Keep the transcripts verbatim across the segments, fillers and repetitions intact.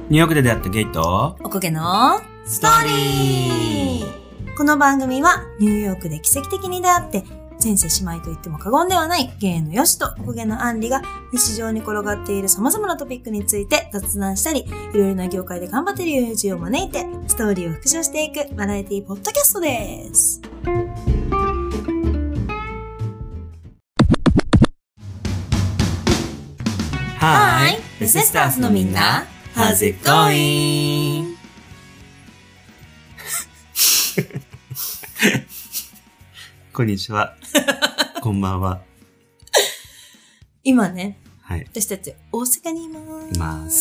ニューヨークで出会ったゲイとおこげのストーリー。この番組はニューヨークで奇跡的に出会って前世姉妹と言っても過言ではないゲイのヨシとおこげのアンリが日常に転がっている様々なトピックについて雑談したり、いろいろな業界で頑張っている友人を招いてストーリーを復唱していくバラエティポッドキャストです。 Hi, The Sisters のみんな How's it going? こんにちは。こんばんは。 今ね、 はい。 私たち大阪にいます。 います。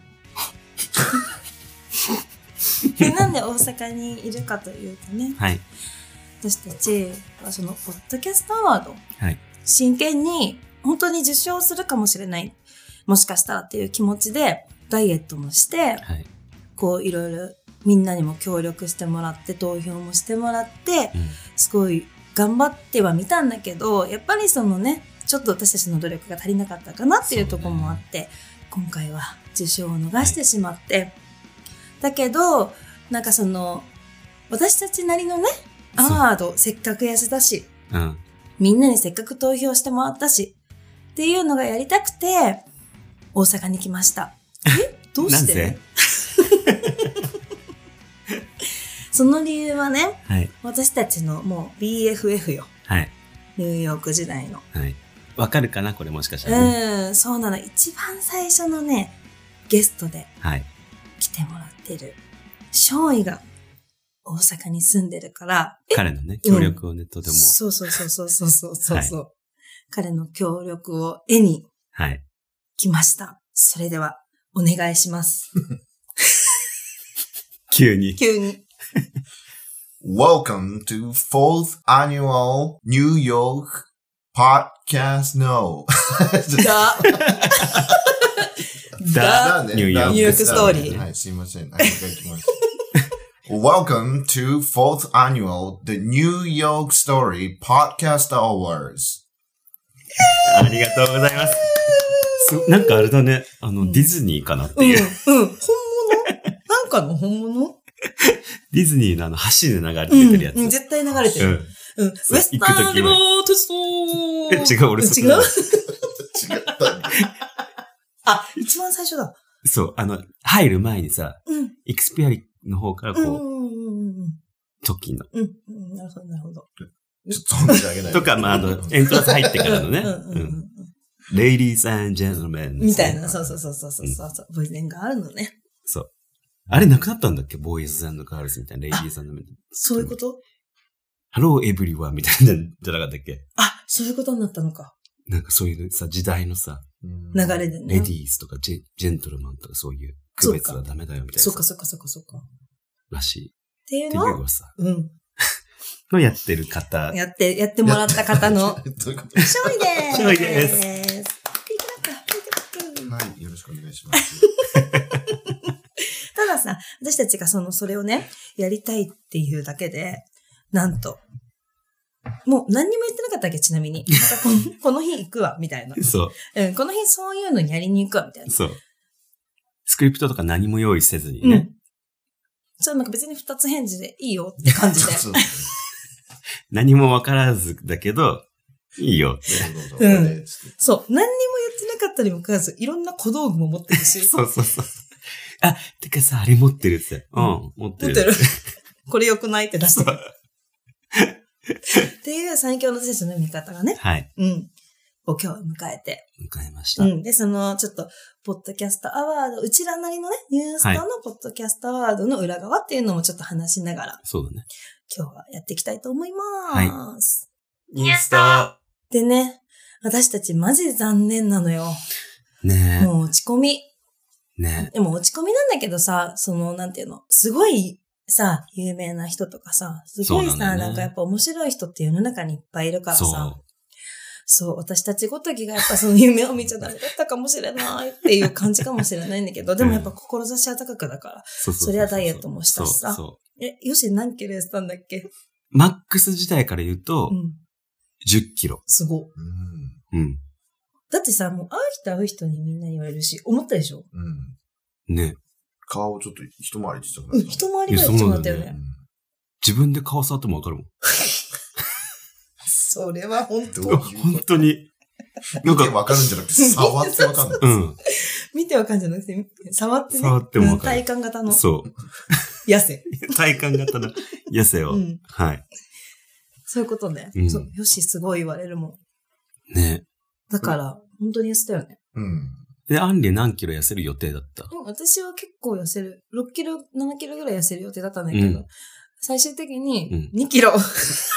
でなんで大阪にいるかというとね、 はい。 私たちはそのポッドキャストアワード、 はい。 真剣に本当に受賞するかもしれない。もしかしたらっていう気持ちでダイエットもして、 はい、 こういろいろみんなにも協力してもらって投票もしてもらって、うん、すごい頑張ってはみたんだけど、やっぱりそのね、ちょっと私たちの努力が足りなかったかなっていうところもあって、ね、今回は受賞を逃してしまって、はい、だけどなんかその私たちなりのねアワードせっかく痩せたし、うん、みんなにせっかく投票してもらったしっていうのがやりたくて大阪に来ました。え？どうしてその理由はね、はい、私たちのもう ビーエフエフ よ。はい。ニューヨーク時代の。 はい。わかるかなこれもしかしたら、ね。 うん、そうなの。一番最初のね、ゲストで来てもらってる、少尉が大阪に住んでるから、 彼のね、協力をね、うん、とても。 そうそうそうそうそうそうそう、はい。彼の協力を得に、はい。来ました。それでは、お願いします。 急に。 急に。 Welcome to fourth annual New York Podcast No. だ。 だ。ニューヨークストーリー。 はい、すいません。はい、もう一回行きます。Welcome to fourth annual The New York Story Podcast Awards. ありがとうございます。なんかあれだね。あの、うん、ディズニーかなっていう。 うん。うん、本物なんかの本物ディズニーのあの橋で流れてるやつ。 うん、絶対流れてる。うん。うん、ウエスタンリボーテストえ、違う、俺そ違う違った。 あ、 一番最初だ。 そう、あの、入る前にさ、うん、エクスペアリの方からこう、うんうんうんうん、時の。 うん、うん、なるほど、なるほど。 ちょっと止めてあげない。 とか、まあ、あの、エントランス入ってからのね。うんうんうんうんLadies and gentlemen みたいな、そうそうそうそうそうそう、ボイゼンがあるのね。 そう。あれなくなったんだっけボーイズ&ガールズみたいな、Ladies and gentlemen。 そういうこと Hello everyone みたいなんじゃなかったっけあ、そういうことになったのか。 なんかそういうさ、時代のさ、 流れでね。 レディースとかジェ、ジェントルマンとかそういう区別はダメだよみたいな。 そっかそっかそっかそっか。 らしい。 っていうのっていうのさ。 うん。 のやってる方。 やって、やってもらった方の。 どういうことショイでーす。 ショイでーす。 はい、よろしくお願いします。 たださ、私たちがその、それをね、やりたいっていうだけで、なんと、もう何にも言ってなかったっけちなみに。またこの、この日行くわ、みたいな。 そう。 うん、この日そういうのにやりに行くわ、みたいな。 そう。スクリプトとか何も用意せずにね。うん。 そう、なんか別に二つ返事でいいよって感じで。 何もわからずだけど、いいよって。 うん。そう。何にも言ってなかったにもかかわらず、いろんな小道具も持ってるし。 そうそうそう。あ、てかさ、あれ持ってるって。うん、持ってる。 持ってる。これ良くないって出してる。っていう最強の選手の見方がね。はい。うん。を今日迎えて。 迎えました。 うん。で、その、ちょっと、ポッドキャストアワード、うちらなりのね、ニュースターのポッドキャストアワードの裏側っていうのもちょっと話しながら。 そうだね。 今日はやっていきたいと思います。 はい。ニュースター。 でね、私たちマジ残念なのよ。 ねえ。 もう落ち込み。 ねえ。でも落ち込みなんだけどさ、その、なんていうの、すごいさ、有名な人とかさ、すごいさ、な, ね、なんかやっぱ面白い人って世の中にいっぱいいるからさ、そう、そう私たちごときがやっぱその夢を見ちゃダメだったかもしれないっていう感じかもしれないんだけど、でもやっぱ志は高くだから、そ, それはダイエットもしたしさ。そうそうえ、よし何キロ痩せたんだっけ？ マックス自体から言うと、うん、じゅっキロ。 すご。 うん。 だってさ、もう会う人会う人にみんなに言われるし、思ったでしょ？ うん。 ね。 顔ちょっと一回りちっちゃくなった。 うん、一回りぐらいちっちゃくなったよね。 自分で顔触ってもわかるもん。 それは本当どう本当に。 見てわかるんじゃなくて、触ってわかる。 うん。 見てわかるんじゃなくて、触ってね。 触ってもわかる。 体感型の。 そう。 痩せ。 体感型の痩せを。うん、はい。 そういうことね。うん、そう。よし、すごい言われるもん。 ね。 だから、本当に痩せたよね。 うん。 で、アンリ何キロ痩せる予定だった？ うん、私は結構痩せる。ろっキロ、ななキロぐらい痩せる予定だったんだけど、うん、最終的ににキロ。うん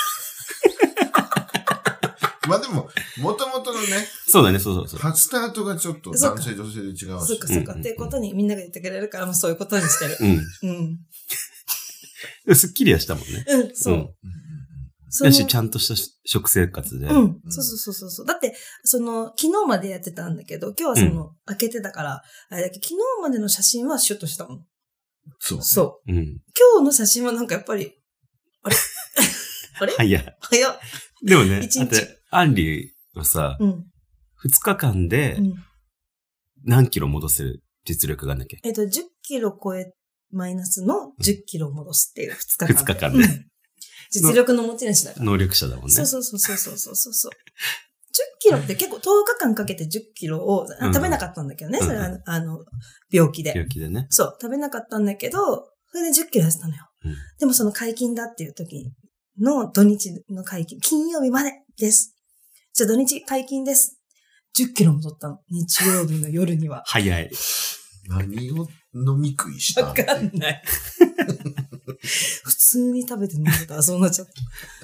まあでも、もともとのね。 そうだね、そうそうそう。 スタートがちょっと男性女性で違うし。 そっかそっか。っていうことにみんなが言ってくれるから、もうそういうことにしてる。うん。 うん。すっきりはしたもんね。 うん、そう。うんだし、ちゃんとした食生活で。 うん。そうそうそうそう。だって、その、昨日までやってたんだけど、今日はその、うん、開けてたから、あれだけど、昨日までの写真はシュッとしたもん。 そう。 そう。 うん。 今日の写真はなんかやっぱり、あれあれ早い。 早っ。 でもね、 一日。 だってアンリはさ、 うん、 ふつかかんで何キロ戻せる実力があるんだっけ？ えっと、じゅっキロ超え、マイナスのじゅっキロ戻すっていうふつかかんで。 ふつかかんで。うん、 実力の持ち主だから。 能力者だもんね。 そうそうそうそうそうそうそう。じゅっキロって結構とおかかんかけてじゅっキロを食べなかったんだけどね。うん、それは、あの、病気で。 病気でね。 そう、食べなかったんだけど、それでじゅっキロ痩せたのよ。うん、でもその解禁だっていう時の土日の解禁、金曜日までです。じゃあ土日解禁です。じゅっキロ戻ったの。日曜日の夜には。 早い。 何を飲み食いしたわかんない。普通に食べて飲んでたらそうなっちゃった。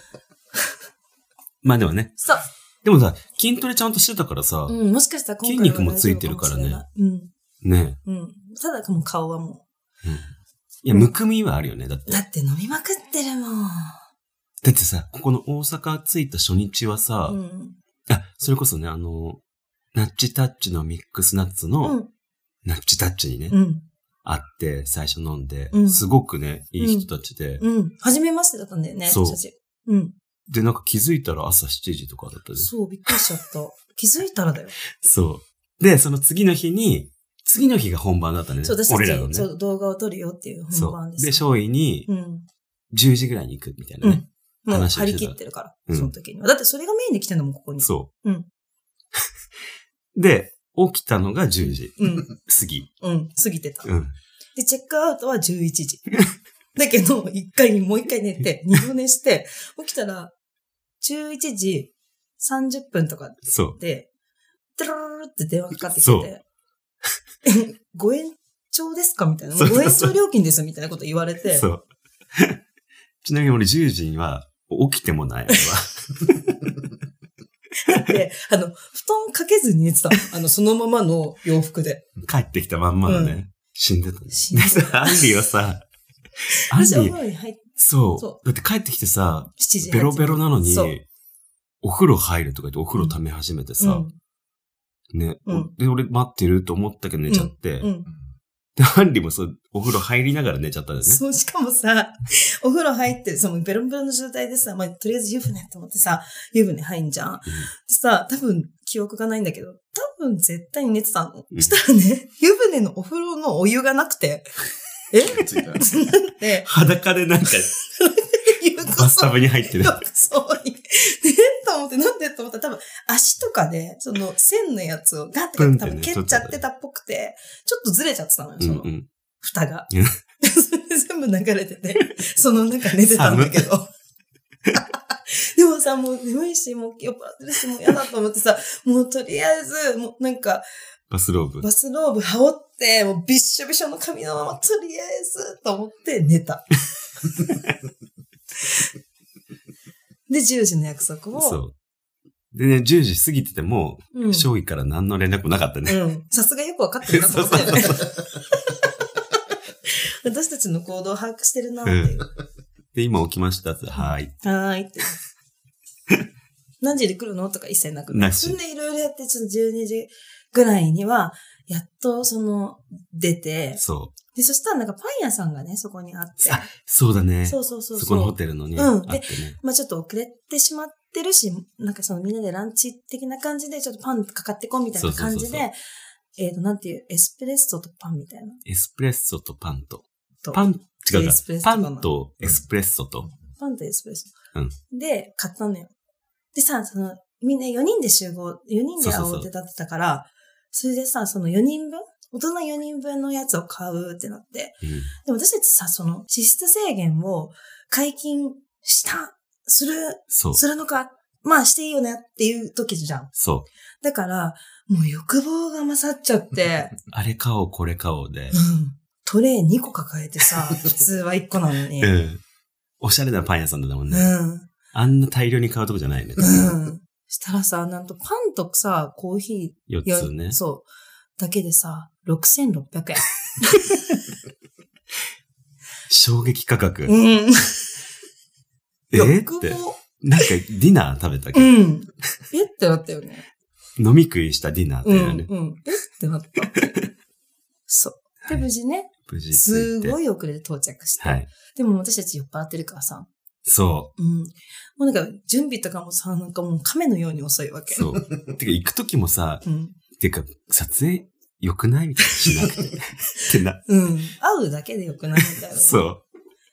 まあでもね。 そう。 でもさ、筋トレちゃんとしてたからさ。 うん、もしかしたら今回は筋肉もついてるからね。 うん。 ねうん。ただもう顔はもう。うん。いや、むくみはあるよね、だって。 だって飲みまくってるもん。 だってさ、ここの大阪着いた初日はさ、うん、あ、それこそね、あの、ナッチタッチのミックスナッツの、うん、ナッチタッチにね、うん、会って最初飲んで、うん、すごくね、いい人たちで。 うん。初めましてだったんだよね、 そう。 私たち。うん。 で、なんか気づいたら朝しちじとかだったで。 そう、びっくりしちゃった。気づいたらだよ。 そう。で、その次の日に、次の日が本番だったね。 そう、私たち、 俺らのね。 そう、動画を撮るよっていう本番です。 そう。で、勝利に、じゅうじぐらいに行くみたいなね。 うん、もう張り切ってるから、うん、その時には。だってそれがメインで来てんのもここに。 そう。 うん。 で、起きたのがじゅうじ。うん。過ぎ。 うん、過ぎてた。 うん。 で、チェックアウトはじゅういちじ。だけど、一回にもう一回寝て、二度寝して、起きたら、じゅういちじさんじゅっぷんとかで、 そう。 で、トゥルルルって電話かかってきて、ご延長ですかみたいな。ご延長料金ですみたいなこと言われて。 そう。ちなみに俺じゅうじには起きてもないわ。 だって、あの、布団かけずに寝てた。あの、そのままの洋服で。 帰ってきたまんまのね。うん、死んでた、ね。 死んでた。 アンディはさ、 アンディ、 そう。そう。だって帰ってきてさ、しちじベロベロなのに、お風呂入るとか言ってお風呂溜め始めてさ、うんね、うん。で、俺待ってると思ったけど寝ちゃって。うんうん、で、アンリもそう、お風呂入りながら寝ちゃったんだよね。 そう、しかもさ、お風呂入って、そのベロンベロンの状態でさ、まあ、とりあえず湯船と思ってさ、湯船入んじゃん。うん、でさ、多分記憶がないんだけど、多分絶対に寝てたの。うん、したらね、湯船のお風呂のお湯がなくて、えって裸でなんか、バスタブに入ってる。 そうに。で、と思って、なんでと思ったら多分足とかで、その線のやつをガッて多分蹴っちゃってたっぽくて、ちょっとずれちゃってたのよ、その、うんうん、蓋が。それで全部流れてて、そのなんか寝てたんだけど。でもさ、もう眠いし、もう酔っ払ってるし、もう嫌だと思ってさ、もうとりあえず、もうなんか、 バスローブ。 バスローブ羽織って、もうびっしょびしょの髪のまま、とりあえず、と思って寝た。で、じゅうじの約束を。そう。 でね、じゅうじ過ぎてても、うん、勝利から何の連絡もなかったね。 うん。さすがよくわかってるなと思ったよね。私たちの行動を把握してるなっていう。うん、 で、今起きましたって、はーい。 はーいって。何時で来るのとか一切なくて。 なし。 で、いろいろやって、ちょっとじゅうにじぐらいには、やっと、その、出て。 そう。 で、そしたらなんかパン屋さんがね、そこにあって。 あ、そうだね。 そうそうそうそう。 そこのホテルのね。 うん。 で、ね、 まあちょっと遅れてしまってるし、なんかそのみんなでランチ的な感じで、ちょっとパンかかってこうみたいな感じで、そうそうそうそうえっと、なんていう、エスプレッソとパンみたいな。 エスプレッソとパンと。 とパン、違うか。パンンとエスプレッソと。 パンとエスプレッソ。 うん。 で、買ったのよ。でさ、その、みんなよにんで集合、よにんで会おうって立ってたから、それでさ、そのよにんぶん大人よにんぶんのやつを買うってなって。うん、でも私たちさ、その、脂質制限を解禁した、する、するのか、まあしていいよねっていう時じゃん。 そう。 だから、もう欲望が勝っちゃって。 あれ買おう、これ買おうで。 うん。トレイにこ抱えてさ、普通はいっこなのに。 うん。おしゃれなパン屋さんだもんね。 うん。 あんな大量に買うとこじゃないね。 うん。したらさ、なんとパンとさ、コーヒー。よっつね。 そう。だけでさ、ろくせんろっぴゃくえん。 衝撃価格。 うん。 えー、って。なんかディナー食べたっけ？ うん。えってなったよね。 飲み食いしたディナーってね。 うん、うん。えってなった。そう。で、無事ね。 無事。 すごい遅れで到着して。 はい。 でも私たち酔っ払ってるからさ。 そう。 うん。もうなんか、準備とかもさ、なんかもう亀のように遅いわけ。 そう。てか、行くときもさ、 うん。 てか、撮影良くないみたいなしなくて。ってな。 うん。会うだけで良くないみたいな。 そう。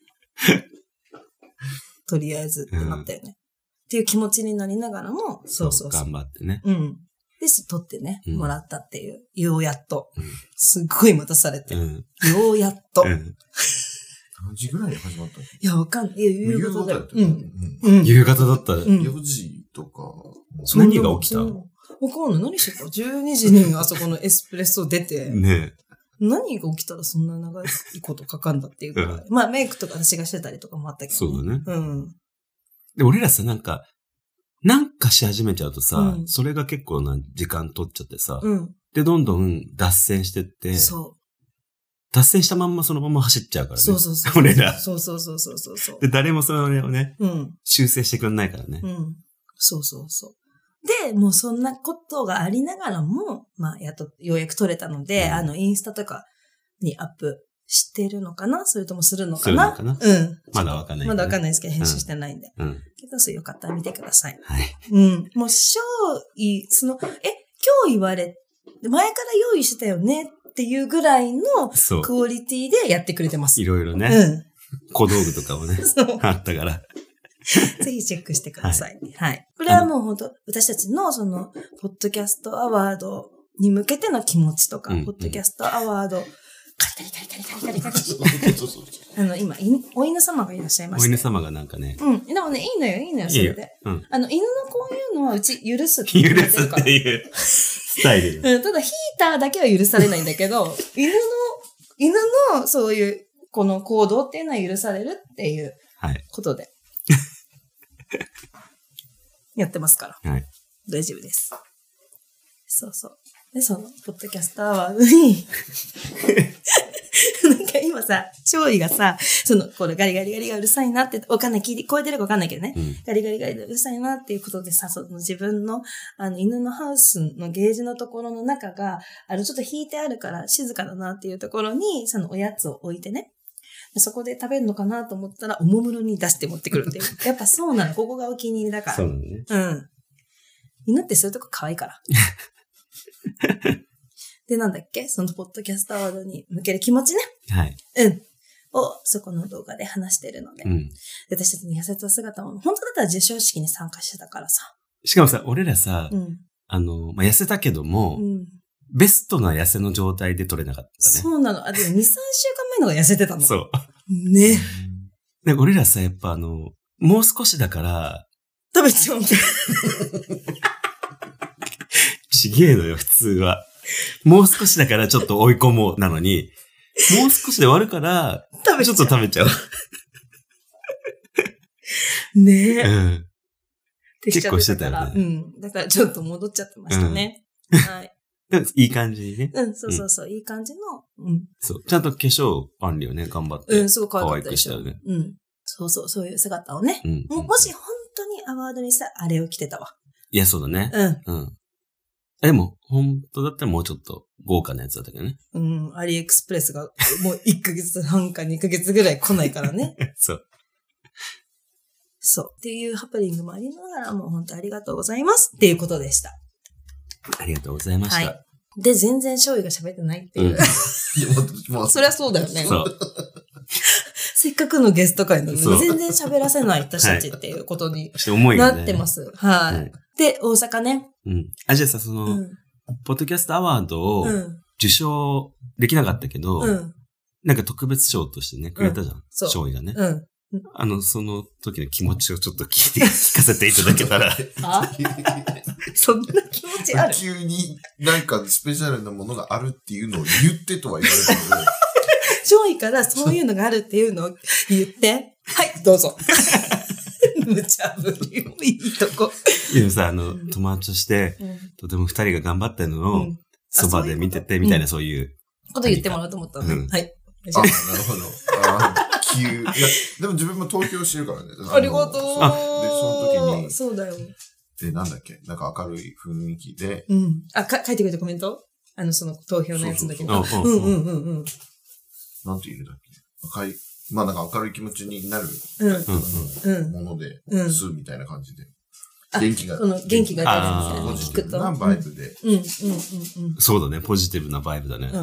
とりあえずってなったよね。うん、っていう気持ちになりながらも、そうそうそう。 頑張ってね。 うん。で、撮ってね、うん、もらったっていう。ようやっと。うん、すっごい待たされて。うん、ようやっと。うん何時ぐらいに始まったの？いや、わかんない。いや、夕方だよ。 うん。 うん、夕方だったら。 よじとか。 何が起きたの？ わかんない。何してた ?じゅうにじにあそこのエスプレッソ出て。 ねえ。 何が起きたらそんな長いことかかんだっていうか。うん、まあ、メイクとか私がしてたりとかもあったけど、 ね。そうだね。 うん。 で、俺らさ、なんか、なんかし始めちゃうとさ、うん、それが結構な時間取っちゃってさ、 うん、 で、どんどん脱線してって、 そう。 脱線したまんまそのまま走っちゃうからね。 そうそうそう。 俺ら。 そうそうそうそうそう。 で、誰もそれをね、 うん、 修正してくんないからね。 うん。そうそうそう。で、もうそんなことがありながらも、まあ、やっと、ようやく撮れたので、うん、あの、インスタとかにアップしてるのかな？それともするのかな？ するのかな？ うん。 まだわかんない、 ね。まだわかんないですけど、編集してないんで。 うん。 けど、それよかったら見てください。 はい。 うん。もう、超いい、その、え、今日言われ、前から用意してたよねっていうぐらいのクオリティでやってくれてます。 いろいろね。 うん。 小道具とかもね。あったから。 ぜひチェックしてください。はい。はい、これはもう本当私たちのその、ポッドキャストアワードに向けての気持ちとか、うんうん、ポッドキャストアワード、カリカリカリカリカリカリカリ。あの、今、お犬様がいらっしゃいました。 お犬様がなんかね。 うん。でもね、いいのよ、いいのよ、それで。うん。あの、犬のこういうのはうち許すって言ってるから。許すっていうスタイル。 うん。ただ、ヒーターだけは許されないんだけど、犬の、犬のそういう、この行動っていうのは許されるっていうことで。はいやってますから。 はい。 大丈夫です。そうそう。で、その、ポッドキャストアワードに、なんか今さ、勝利がさ、その、これガリガリガリがうるさいなって、わかんない、聞いて、超えてるかわかんないけどね、うん、ガリガリガリがうるさいなっていうことでさ、その自分の、あの、犬のハウスのゲージのところの中が、あの、ちょっと引いてあるから静かだなっていうところに、そのおやつを置いてね、そこで食べるのかなと思ったら、おもむろに出して持ってくるっていう。やっぱそうなの。ここがお気に入りだから。 そうなのね。 うん。犬ってそういうとこ可愛いから。で、なんだっけそのポッドキャストアワードに向ける気持ちね。 はい。 うん。を、そこの動画で話してるので。 うん。 私たちの痩せた姿も、本当だったら授賞式に参加してたからさ。 しかもさ、俺らさ、 うん、 あの、まあ、痩せたけども、 うん、 ベストな痩せの状態で撮れなかったね。 そうなの。あ、でもに、さんしゅうかんまえのが痩せてたの。 そう。 ね。 で、俺らさ、やっぱあの、もう少しだから、 食べちゃう。 ちげえのよ、普通は。もう少しだからちょっと追い込もうなのに、もう少しで終わるから、ちょっと食べちゃう。 ねえ。 うん。 結構してたよね。うん。だからちょっと戻っちゃってましたね。うん、はい。 いい感じにね。 うん、そうそうそう、うん、いい感じの。うん。 そう。ちゃんと化粧管理をね、頑張って。 うん、すごい可愛かったでしょ。 可愛くしたよね。 うん。そうそう、そういう姿をね。うん。も, もし本当にアワードにさ、あれを着てたわ。 いや、そうだね。 うん。 うん。でも、本当だったらもうちょっと豪華なやつだったけどね。 うん。アリエクスプレスがもういっかげつはんかにかげつぐらい来ないからね。 そう。 そう。っていうハプニングもありながら、もう本当ありがとうございますっていうことでした。 ありがとうございました。はい。 で、全然醤油が喋ってないっていう。うん、もうそりゃそうだよね。そう。せっかくのゲスト会なのに全然喋らせない私たちっていうことになってます。はい、はい。で、大阪ね。 うん。あ、じゃあさ、その、うん、ポッドキャストアワードを受賞できなかったけど、うん、なんか特別賞としてね、くれたじゃん。醤油がね。うん。あの、その時の気持ちをちょっと聞いて、聞かせていただけたら。 あそんな気持ちある？ 急になんかスペシャルなものがあるっていうのを言ってとは言われたけど。 上位からそういうのがあるっていうのを言って。はい、どうぞ。無茶ぶりもいいとこ。 いやさ、あの、うん、友達として、うん、とても二人が頑張ってるのを、そばで見てて、みたいなそういう。 こと言ってもらおうと思ったの、うん、はい。 あ、なるほど。あ急。いや、でも自分も投票してるからね。 ありがとう。で、その時に。 そうだよ。 で、なんだっけ、なんか明るい雰囲気で。 うん。あ、か、書いてくれたコメント？あの、その投票のやつの時に。うんうんうんうん。 なんて言うんだっけ。赤い、まあなんか明るい気持ちになる。うん。もので、うん。すみたいな感じで。元気が。 この元気が出るんですね。聞くと。 なバイブで。 うんうんうんうん。 そうだね。ポジティブなバイブだね。うん。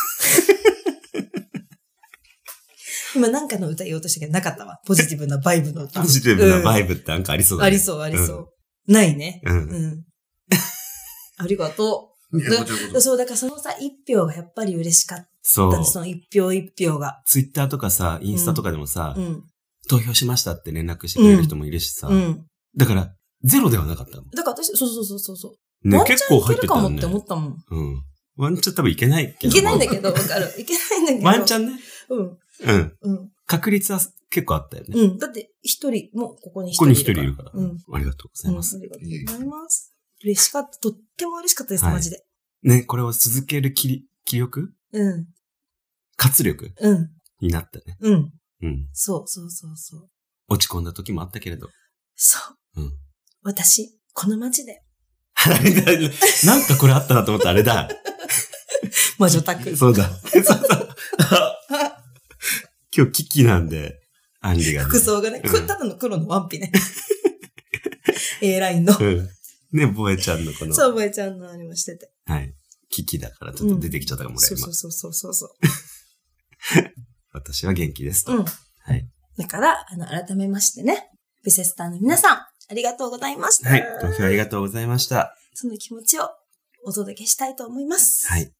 今なんかの歌言おうとしたけどなかったわ。ポジティブなバイブの歌。 ポジティブなバイブってなんかありそうだね。 ありそう、ありそう。ないね。うん。ありがとう。そう、だからそのさ、一票がやっぱり嬉しかった。そう。その一票一票が。 ツイッターとかさ、インスタとかでもさ、投票しましたって連絡してくれる人もいるしさ。だから、ゼロではなかったもん。 だから私、そうそうそうそうそう。 ね、結構入ってたもんね。 ワンチャンいけるかもって思ったもん。 うん。ワンチャン多分いけないけど。 いけないんだけど、わかる。いけないんだけど。 ワンチャンね。 うん。 うん。うん。確率は結構あったよね。 うん。だって一人、もうここに一人いるから。ここに一人いるから。うん。ありがとうございます。 ありがとうございます。嬉しかった。とっても嬉しかったです、マジで。 ね、これを続ける気気力？ うん。 活力？ うん。 になったね。 うん。うん。そうそうそうそう。 落ち込んだ時もあったけれど。 そう。うん。私、この街で。 なんかこれあったなと思ったあれだ。 魔女宅。 そうだ。そうそう。今日キキなんで、アンリが、ね。 服装がね、うん、ただの黒のワンピね。A ラインの。うん。 ね、ボエちゃんのこの。 そう、ボエちゃんのあれもしてて。 はい。キキだからちょっと出てきちゃったかも、俺、 うん、そうそうそうそうそう。 私は元気ですと。 うん。 はい。 だから、あの、改めましてね、ビセスターの皆さん、ありがとうございました。 はい。投票ありがとうございました。 その気持ちをお届けしたいと思います。 はい。はい。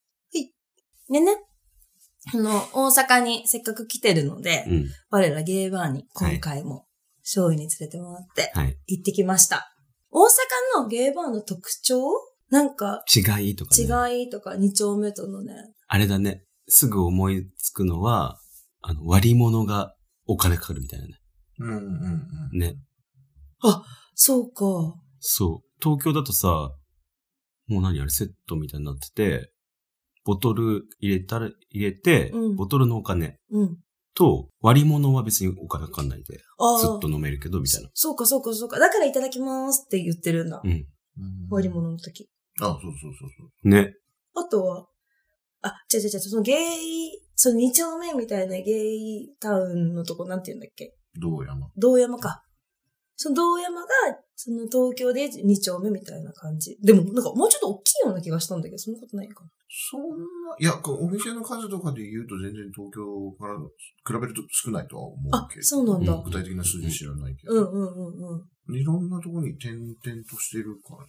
でね、あの、大阪にせっかく来てるので、うん、我らゲイバーに今回も醤油に連れてもらって行ってきました。はい、大阪のゲイバーの特徴なんか、 違いとかね。違いとか、二丁目とのね。 あれだね。すぐ思いつくのは、あの、割り物がお金かかるみたいなね。 うんうんうん。 ね。 あ、そうか。 そう。東京だとさ、もう何あれセットみたいになってて、ボトル入れたら、入れて、うん、ボトルのお金、うん、と、割り物は別にお金かかんないで、ずっと飲めるけど、みたいな。 そうか、そうか、そうか。だからいただきますって言ってるんだ。うん。割り物の時。 あ、そうそうそうそう。 ね。 あとは、あ、違う違う違う、そのゲイ、その二丁目みたいなゲイタウンのとこなんて言うんだっけ？ 道山。 道山か。その道山が、その東京で二丁目みたいな感じ。でも、なんかもうちょっと大きいような気がしたんだけど、そんなことないかな。 そんな、いや、お店の数とかで言うと全然東京から比べると少ないとは思うけど。 あ、そうなんだ。 具体的な数字知らないけど。 うんうんうんうん。 いろんなところに点々としてるから。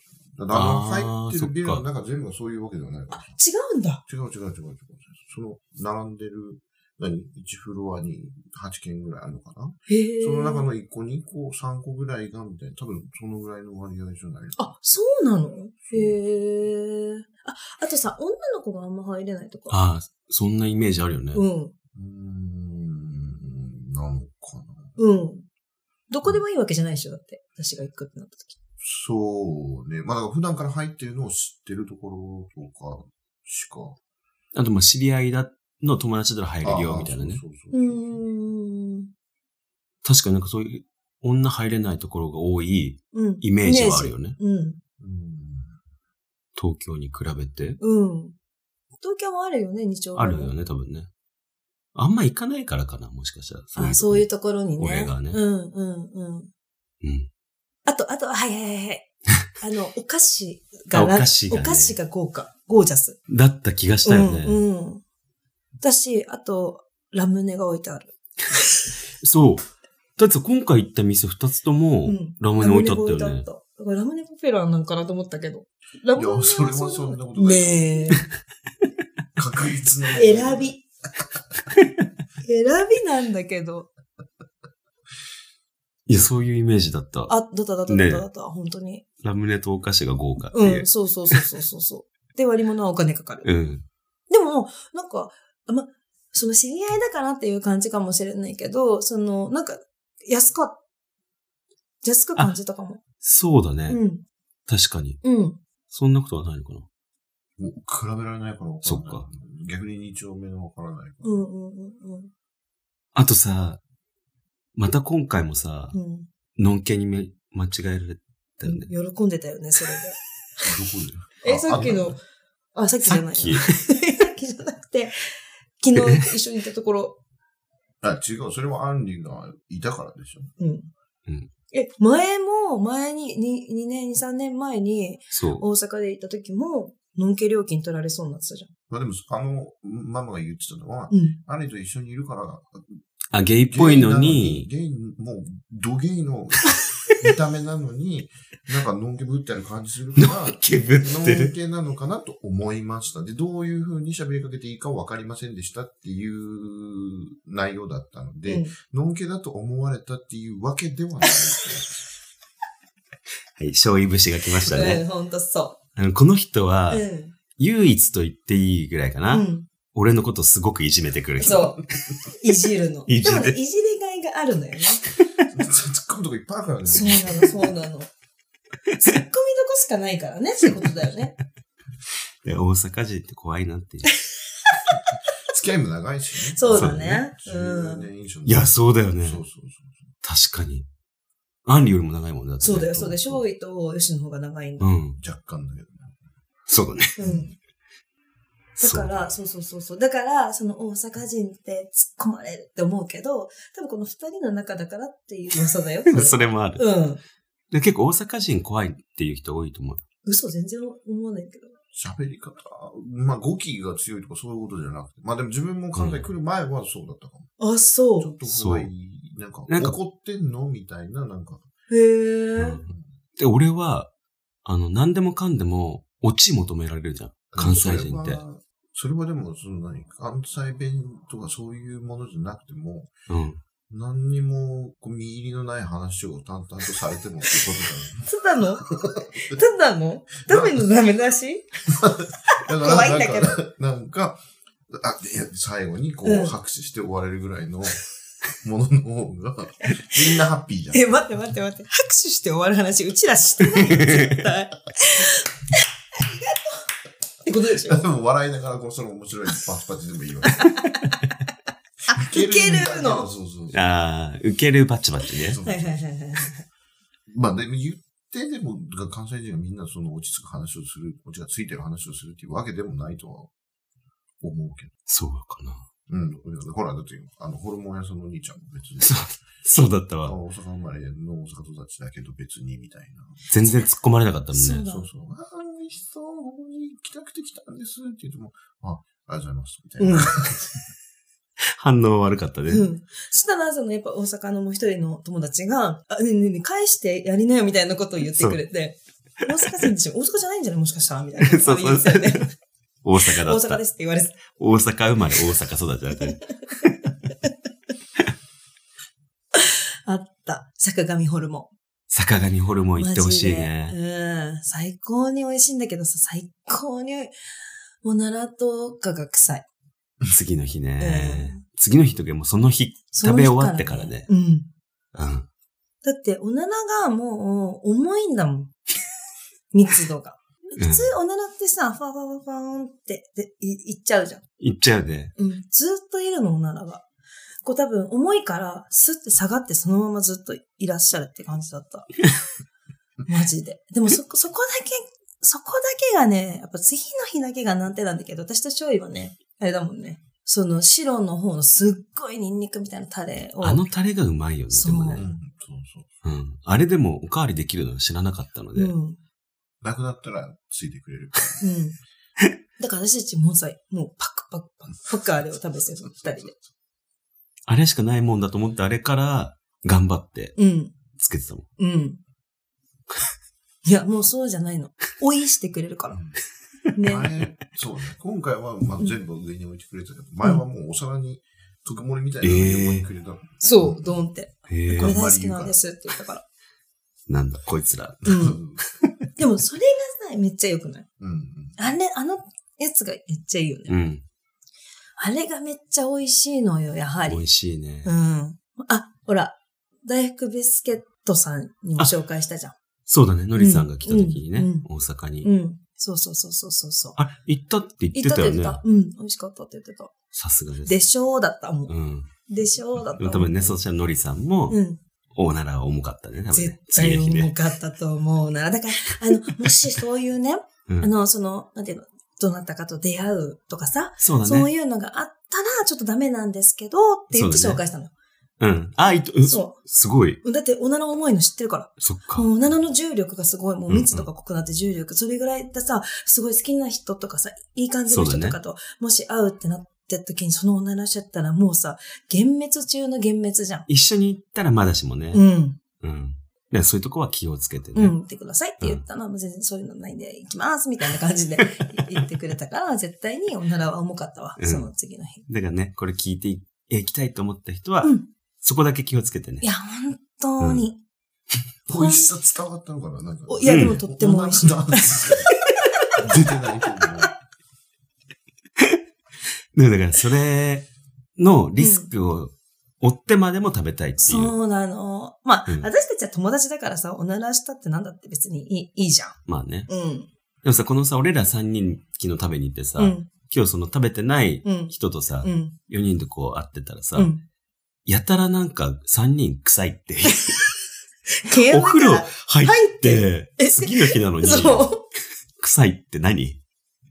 だから入ってるビルの中全部がそういうわけではないから。 あ、違うんだ。 違う違う違う違う。その、並んでる、何 ?いち フロアにはちけんぐらいあるのかな。 へー。 その中のいっこ、にこ、さんこぐらいが、みたいな。多分そのぐらいの割合じゃない。 あ、そうなの？へー。あ、あとさ、女の子があんま入れないとか。 ああ、そんなイメージあるよね。 うん。うーん、なのかな。 うん。どこでもいいわけじゃないでしょ、だって。私が行くってなった時。 そうね。まあ、だから普段から入ってるのを知ってるところとかしか。 あと、まあ、知り合いだの友達だったら入れるよ、みたいなね。 そうそうそう。 うーん。 確かになんかそういう女入れないところが多いイメージはあるよね。 うん。うん、 東京に比べて。 うん。東京もあるよね、二丁目。 あるよね、多分ね。あんま行かないからかな、もしかしたら。 そういうあ、そういうところにね。 俺がね。 うん、うん、うん。うん。あと、あと、はいはいはい。あの、お菓子が、 お菓子が、ね、 お菓子が豪華。 ゴージャス。 だった気がしたよね。 うん、うん。だし、あと、ラムネが置いてある。 そう。だって今回行った店二つとも、ラムネ置いてあったよね。うん、ラムネ置いてあった。 だからラムネポピュラーなんかなと思ったけど。ラムネいや、それはそんなことない。 ねえ。 確実な。 選び。選びなんだけど。 いや、そういうイメージだった。 あ、だっただっただっただった、ね、本当に。 ラムネとお菓子が豪華っていう。 うん、そうそうそうそうそう。で、割り物はお金かかる。 うん。 でも、なんか、ま、その知り合いだからっていう感じかもしれないけど、その、なんか、安か、安く感じたかも。 そうだね。 うん。 確かに。 うん。 そんなことはないのかな。 比べられないから分からない。 そっか。 逆にに丁目の分からないから。 うんうんうんうん。あとさ、また今回もさ、うん、のんけにめ間違えられたよね。 喜んでたよね、それで。 どこでえ、さっきの、あ、さっきじゃない。 さっきさっきじゃなくて、昨日一緒にいたところ。 あ、違う。それはアンリがいたからでしょ。 うん。うん。え、前も、前に、に、にねん、に、さんねんまえに、そう。大阪で行った時も、のんけ料金取られそうになってたじゃん。 まあでも、あの、ママが言ってたのは、うん、アンリと一緒にいるから、 あ、ゲイっぽいのに、 ゲイ、もう、ドゲイの見た目なのに、なんかのんけぶってある感じするから、 のんけぶってる。 のんけなのかなと思いました。で、どういう風に喋りかけていいかわかりませんでしたっていう内容だったので、うん、のんけだと思われたっていうわけではないですね。はい、醤油節が来ましたね。 うん、ほんとそう。 あのこの人は、うん、唯一と言っていいぐらいかな。うん俺のことすごくいじめてくる人。 そう。いじるの。いじる。でもね、いじりがいがあるのよね。 突っ込むとこいっぱいあるからね。 そうなの、そうなの。突っ込みどこしかないからね、ってことだよね。 大阪人って怖いなっていう。 付き合いも長いしね。 そうだね。 じゅうねん以上。 いや、そうだよね。 そうそうそう。 確かに。アンリよりも長いもんね。 そうだよ、そうだよ。勝利と吉の方が長いんだ。 うん。 若干だけどね。 そうだね。 うん。だから、そうそうそうそう。だから、その大阪人って突っ込まれるって思うけど、多分この二人の中だからっていう噂だよ。 それ, それもある。 うん。 で結構大阪人怖いっていう人多いと思う。 嘘全然思わないけど。 喋り方。まあ語気が強いとかそういうことじゃなくて。まあでも自分も関西来る前はそうだったかも。 うん、あ、そう。 ちょっと怖い。なんか、なんか怒ってんのみたいな、なんか。 へー、 うん。で、俺は、あの、何でもかんでも、オチ求められるじゃん。関西人って。 それはでも、その何、関西弁とかそういうものじゃなくても、 うん。 何にも、こう、見入りのない話を淡々とされてもってことだよ。ただのただのダメのダメだし怖いんだけど。 なんか、あ、で最後にこう、うん、拍手して終われるぐらいのものの方が、みんなハッピーじゃん。 え、待って待って待って。拍手して終わる話、うちらしてない絶対。ってことでしょ。 でも笑いながらこうその面白いパチパチでもいいわけ。 受けるの。 そうそうそう。 ああ、受けるバチバチね。 はいはいはいはい。 まあでも言ってでも関西人がみんなその落ち着く話をする、落ちがついてる話をするっていうわけでもないとは思うけど。 そうかな。 うん。ほら、だってあのホルモン屋さんのお兄ちゃんも別に。 そう。そうだったわ。 大阪生まれの大阪育ちだけど別にみたいな。 全然突っ込まれなかったもんね。 そうそうそう。ああ、美味しそう。ここに来たくて来たんですって言っても、あ、ありがとうございます。みたいな。うん、 反応悪かったね。 うん。そしたら、その、やっぱ大阪のもう一人の友達が、あ、ねえねえねえ、返してやりなよみたいなことを言ってくれて、大阪人でしょ大阪じゃないんじゃないもしかしたらみたいな。 そうそうそう。大阪だった。 大阪ですって言われて。 大阪生まれ、大阪育ちだったね。 あった。坂上ホルモン。 坂上ホルモン行ってほしいね。 うん。最高に美味しいんだけどさ、最高に、おならとかが臭い。 次の日ね。うん、次の日とかもうその日食べ終わってからね。 うん。 うん。 だって、おならがもう重いんだもん。密度が。普通、おならってさ、ファファファファーンって、で、い、いっちゃうじゃん。 いっちゃうね。 うん。ずっといるの、おならが。こう多分、重いから、スッて下がってそのままずっといらっしゃるって感じだった。マジで。でもそこ、そこだけ、そこだけがね、やっぱ次の日だけが難点なんだけど、私と勝利はね、あれだもんね。その白の方のすっごいニンニクみたいなタレを。 あのタレがうまいよね、 そうでもね。 うん、そうそう。うん。あれでもおかわりできるの知らなかったので。 うん。 なくなったらついてくれるから。うん。 だから私たちもうさ、もうパクパクパクパクあれを食べてる、二人で。 あれしかないもんだと思って、あれから頑張ってつけてたもん。 うん。うん。いや、もうそうじゃないの。追いしてくれるから。 ね。前、そうね。今回は、まあ、全部上に置いてくれたけど、うん、前はもうお皿に、特盛りみたいなのを置いてくれたの、えー。 そう、ドーンって。これ大好きなんですって言ったから。 なんだ、こいつら。 うん。でも、それがさ、めっちゃ良くない？うん。あれ、あのやつがめっちゃいいよね。うん。あれがめっちゃ美味しいのよ、やはり。 美味しいね。 うん。あ、ほら、大福ビスケットさんにも紹介したじゃん。 そうだね。のりさんが来た時にね、うん、大阪に。 うん。そうそうそうそうそう。 あ、行ったって言ってたよね。行ったって言ってた。うん。美味しかったって言ってた。 さすがです。 でしょうだったもん。うん。でしょうだったもん。 多分ね、そうしたらのりさんも、うん。大なら重かったね、多分ね。 絶対重かったと思うなら。だから、あの、もしそういうね、うん、あの、その、なんていうの、どなたかと出会うとかさ、 そうだね。 そういうのがあったら、ちょっとダメなんですけど、って言って紹介したの。 うん。あ、いと、うん、そう。すごい。 だって、おなら重いの知ってるから。 そっか。 おならの重力がすごい、もう密度が濃くなって重力、うんうん、それぐらいでさ、すごい好きな人とかさ、いい感じの人とかと、ね、もし会うってなって時にそのおならしちゃったら、もうさ、幻滅中の幻滅じゃん。 一緒に行ったらまだしもね。 うん。 うん。でそういうとこは気をつけてね。 うん、行ってくださいって言ったのは、うん、全然そういうのないんで、行きますみたいな感じで言ってくれたから、絶対におならは重かったわ、うん、その次の日。 だからね、これ聞いて行きたいと思った人は、うん、そこだけ気をつけてね。 いや、本当に。 うん、美味しさ伝わったのかななんか。 いや、でもとっても美味しい。 出てないけど。 でもだからそれのリスクを追ってまでも食べたいっていう。 そうなの。まあ、うん、私たちは友達だからさ、おならしたってなんだって別にいい、いいじゃん。 まあね。 うん。 でもさ、このさ、俺らさんにん昨日食べに行ってさ、うん、今日その食べてない人とさ、うん、よにんでこう会ってたらさ、うん、やたらなんかさんにん臭いって。お風呂入って、次の日なのに、臭いって何？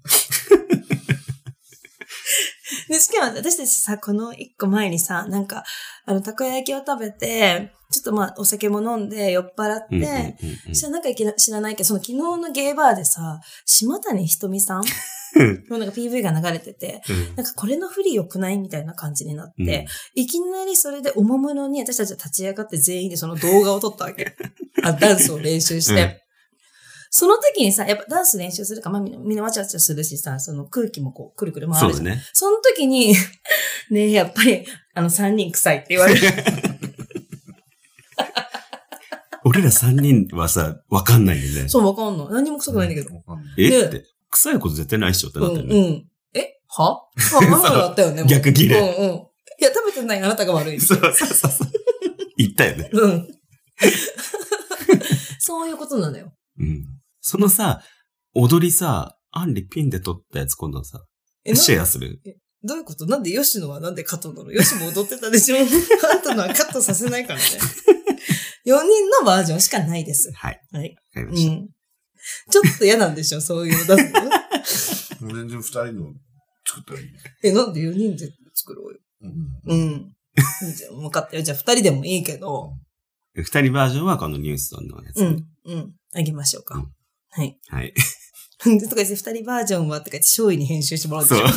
で、しかも私たちさ、この一個前にさ、なんか、あの、たこ焼きを食べて、ちょっとまあ、お酒も飲んで、酔っ払って、うんうんうんうん、そしたらなんか知らないけど、その昨日のゲイバーでさ、島谷ひとみさんのなんか ピーブイ が流れてて、うん、なんかこれの振り良くないみたいな感じになって、うん、いきなりそれでおもむろに私たちは立ち上がって全員でその動画を撮ったわけ。あ、ダンスを練習して。うんその時にさ、やっぱダンス練習するから、まあみんな、みんなわちゃわちゃするしさ、その空気もこう、くるくる回るじゃん。そうだね。その時に、ねやっぱり、あの、三人臭いって言われる。 俺ら三人はさ、わかんないよね。 そう、わかんない。何も臭くないんだけど。 うん、えって、臭いこと絶対ないっしょってなったよね。 うん。うん、えはあ、なんかだったよね。 逆切れ。 うんうん。いや、食べてないあなたが悪い。 そうそうそうそう。言ったよね。 うん。そういうことなのよ。 うん。そのさ、踊りさ、アンリピンで撮ったやつ今度さ、シェアする。 え、どういうこと？なんでヨシノはなんでカットなの？ヨシも踊ってたでしょあんたのはカットさせないからね。よにんのバージョンしかないです。 はい。 はい。 わかりました。うん。 ちょっと嫌なんでしょそういうの出すの全然二人の作ったらいい。 え、なんでよにんで作ろうよ。うん。うん。じゃあ、分かったよ。じゃあ二人でもいいけど。 二人バージョンはこのニューストンのやつ。 うん。うん。あげましょうか。うんはい。 はい。 とか言って、二人バージョンは、とか言って、勝利に編集してもらうでしょ。そう。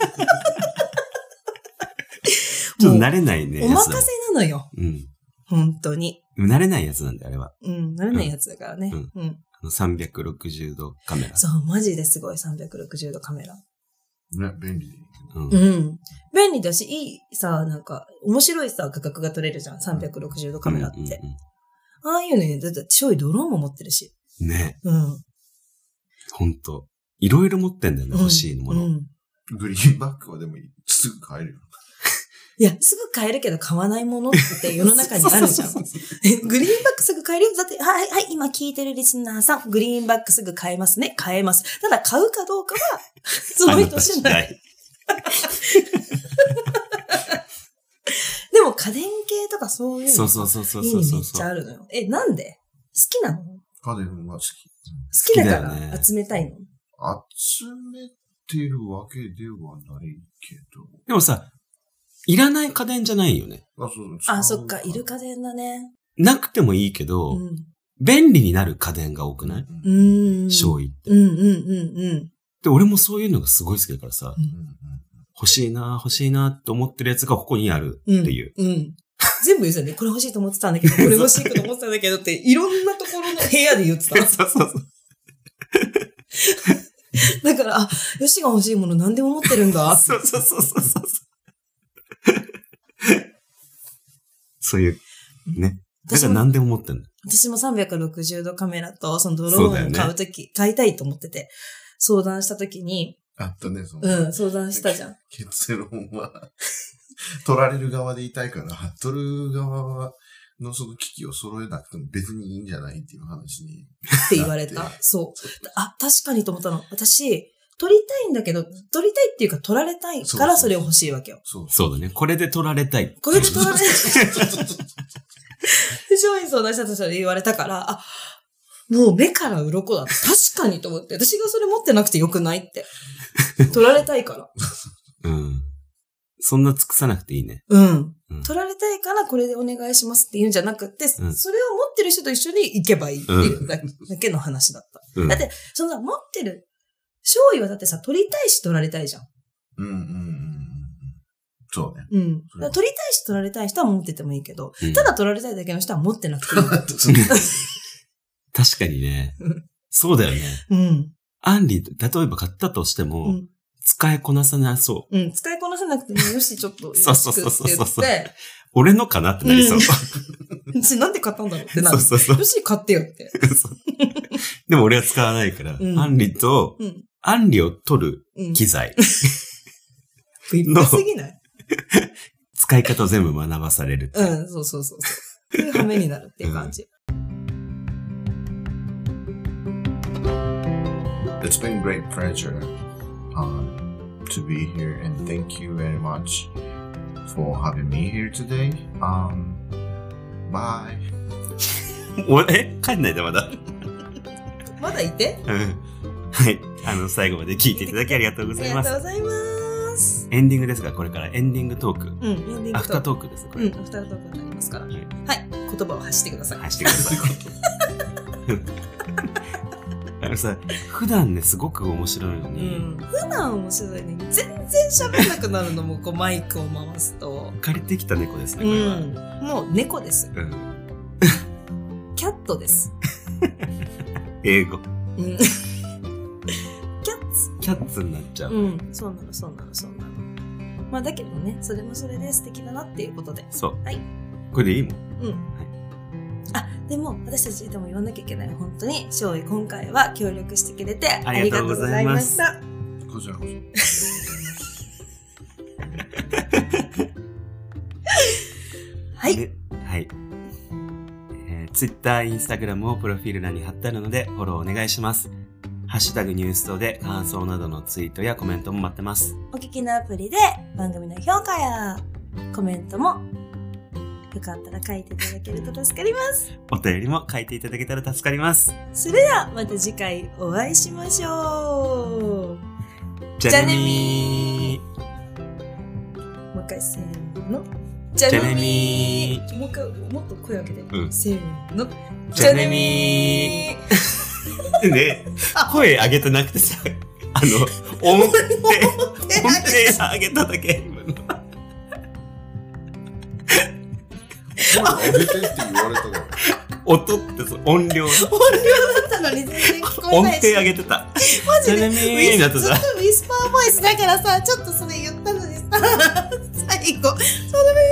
ちょっと慣れないね。 お任せなのよ。 うん。 本当に。 慣れないやつなんだよ、あれは。 うん、慣れないやつだからね。 うん。うん、あのさんびゃくろくじゅうどカメラ。 そう、マジですごい、さんびゃくろくじゅうどカメラ。 ね、便利でいい。 うん。うん。便利だし、いいさ、なんか、面白いさ、画角が撮れるじゃん。さんびゃくろくじゅうどカメラって。うんうんうん、ああいうのに、だって、勝利ドローンも持ってるし。 ね。 うん。 ほんと。いろいろ持ってんだよね、欲しいもの。うん。 グリーンバックはでもいい。すぐ買えるよ。 いや、すぐ買えるけど買わないものって世の中にあるじゃん。グリーンバックすぐ買えるよ。だって、はい、はい、今聞いてるリスナーさん、グリーンバックすぐ買えますね。買えます。ただ買うかどうかは、その人次第。でも家電系とかそういうの。 そうそうそうそうそう。いいめっちゃあるのよ。え、なんで好きなの？ 家電は好き。 好きだから集めたいの？ 集めてるわけではないけど。 でもさ、いらない家電じゃないよね。 あ、そうあ、そっか、いる家電だね。 なくてもいいけど、うん、便利になる家電が多くない？ うん。 勝利って。 うんうんうんうん。 で、俺もそういうのがすごい好きだからさ、 うん、 欲しいな、欲しいなって思ってるやつがここにあるっていう。 うん。うん、全部言ってたね。これ欲しいと思ってたんだけど、これ欲しいと思ってたんだけどって、いろんなところの部屋で言ってた。 そうそうそう。 だから、あ、ヨシが欲しいもの何でも持ってるんだ。 そうそうそうそうそう。そういう、ね。だから何でも持ってんだ。 私もさんびゃくろくじゅうどカメラと、そのドローンを買うとき、ね、買いたいと思ってて、相談したときに、 あったね、その。 うん、相談したじゃん。 結論は、取られる側でいたいから、取る側のその機器を揃えなくても別にいいんじゃないっていう話に。 って言われた。そう。あ、確かにと思ったの。私、取りたいんだけど、取りたいっていうか取られたいからそれを欲しいわけよ。 そうそうだね。これで取られたい。 これで取られたい。商品相談したとして言われたから、あ、もう目から鱗だ。確かにと思って。私がそれ持ってなくてよくないって。取られたいから。 うん。そんな尽くさなくていいね。 うん。うん、取られたいからこれでお願いしますって言うんじゃなくて、うん、それを持ってる人と一緒に行けばいいっていうだけの話だった。うん、だって、その持ってる、勝利はだってさ、取りたいし取られたいじゃん。 うんうんうん。そうね。 うん。取りたいし取られたい人は持っててもいいけど、うん、ただ取られたいだけの人は持ってなくていい。 確かにね。そうだよね。 うん。 アンリ、例えば買ったとしても、うん、使いこなさなそう。 うん。使いこなさなくてもよし、ちょっとよろしくって言って。そうそうそうそう。 俺のかなってなりそう。 うん、なんで買ったんだろうってなる。 そうそうそう。 よし、買ってよって。 でも俺は使わないから、うん、アンリと、うん、アンリを取る機材の、すぎない使い方を全部学ばされる。 うん、そうそうそうそう。そういう羽目になるっていう感じ。 It's been great pleasure um, to be here and thank you very much for having me here today. Um, bye. え帰んないでまだ。 まだいて？ うん。はい。あの、最後まで聞いていただきありがとうございます。 ありがとうございます。 エンディングですが、これからエンディングトーク。 うん、エンディングトーク。 アフタートークです、これ。 うん、アフタートークになりますから。はい。はい、言葉を発してください。 発してください。あのさ、普段ね、すごく面白いのに。 うん。普段面白いのに、全然喋んなくなるのも、こう、マイクを回すと。 借りてきた猫ですね、これは。 うん。もう、猫です。 うん。 キャットです。 英語。 うん。キャッツ。 キャッツになっちゃう。 うん。そうなの、そうなの、そうなの。まあ、だけどね、それもそれで素敵だなっていうことで。 そう。 はい。 これでいいもん。 うん。はい。あ、でも、私たちでも言わなきゃいけない。本当に、勝利今回は協力してくれてありがとうございました。 こちらこそ。 はい。 はい。えー、Twitter、Instagram をプロフィール欄に貼ってあるので、フォローお願いします。ハッシュタグニュースとで感想などのツイートやコメントも待ってます。 お聞きのアプリで番組の評価やコメントもよかったら書いていただけると助かります。 お便りも書いていただけたら助かります。 それではまた次回お会いしましょう。 じゃねみー。 もう一回せーの。 じゃねみー。もう一回もっと声を上げて。 うん、 せーの。 じゃねみー。ね、声上げてなくてさ、あの、音程、音程上げただけ。 声上げてって言われたから。 音ってそう、音量。 音量だったのに全然聞こえないし。 音程上げてた。 マジで。 ウィス、 ずっとウィスパーボイスだからさ、ちょっとそれ言ったのにさ、最後、そうだね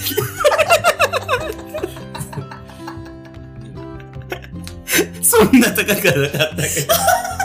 ー。 そんな高くはなかったけど。